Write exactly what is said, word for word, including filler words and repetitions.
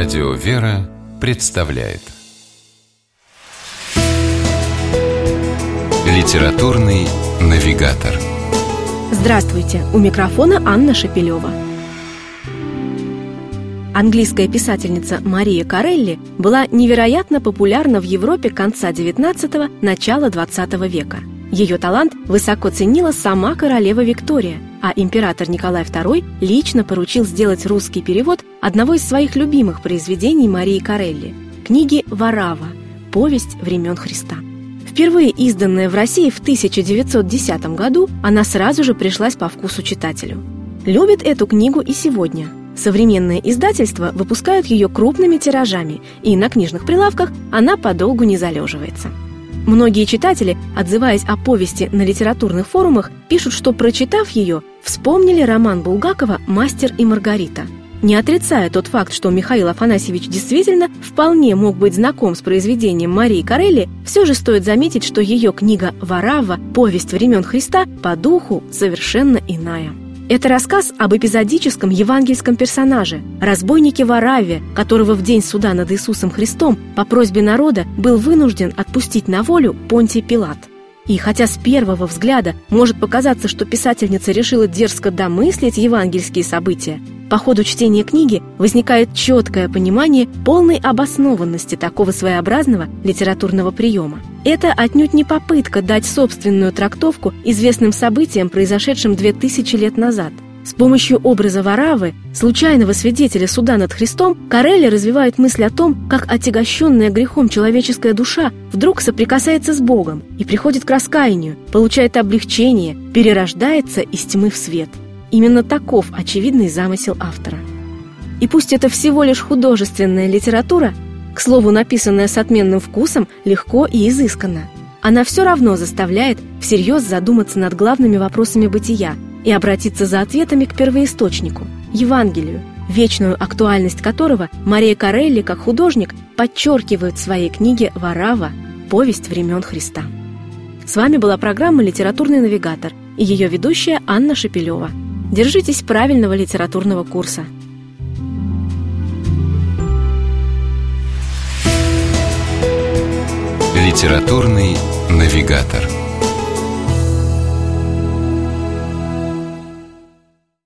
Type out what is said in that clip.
Радио «Вера» представляет Литературный навигатор. Здравствуйте! У микрофона Анна Шапилева. Английская писательница Мария Корелли была невероятно популярна в Европе конца девятнадцатого – начала двадцатого века. Ее талант высоко ценила сама королева Виктория, а император Николай второй лично поручил сделать русский перевод одного из своих любимых произведений Марии Корелли – книги «Варава. Повесть времен Христа». Впервые изданная в России в тысяча девятьсот десятом году, она сразу же пришлась по вкусу читателю. Любит эту книгу и сегодня. Современные издательства выпускают ее крупными тиражами, и на книжных прилавках она подолгу не залеживается. Многие читатели, отзываясь о повести на литературных форумах, пишут, что, прочитав ее, вспомнили роман Булгакова «Мастер и Маргарита». Не отрицая тот факт, что Михаил Афанасьевич действительно вполне мог быть знаком с произведением Марии Корелли, все же стоит заметить, что ее книга «Варава. Повесть времен Христа» по духу совершенно иная. Это рассказ об эпизодическом евангельском персонаже, разбойнике Вараве, которого в день суда над Иисусом Христом по просьбе народа был вынужден отпустить на волю Понтий Пилат. И хотя с первого взгляда может показаться, что писательница решила дерзко домыслить евангельские события, по ходу чтения книги возникает четкое понимание полной обоснованности такого своеобразного литературного приема. Это отнюдь не попытка дать собственную трактовку известным событиям, произошедшим две тысячи лет назад. С помощью образа Варавы, случайного свидетеля суда над Христом, Корелли развивает мысль о том, как отягощенная грехом человеческая душа вдруг соприкасается с Богом и приходит к раскаянию, получает облегчение, перерождается из тьмы в свет. Именно таков очевидный замысел автора. И пусть это всего лишь художественная литература, к слову, написанная с отменным вкусом, легко и изысканно, она все равно заставляет всерьез задуматься над главными вопросами бытия и обратиться за ответами к первоисточнику – Евангелию, вечную актуальность которого Мария Корелли, как художник, подчеркивает в своей книге «Варава. Повесть времен Христа». С вами была программа «Литературный навигатор» и ее ведущая Анна Шапилева. Держитесь правильного литературного курса. Литературный навигатор.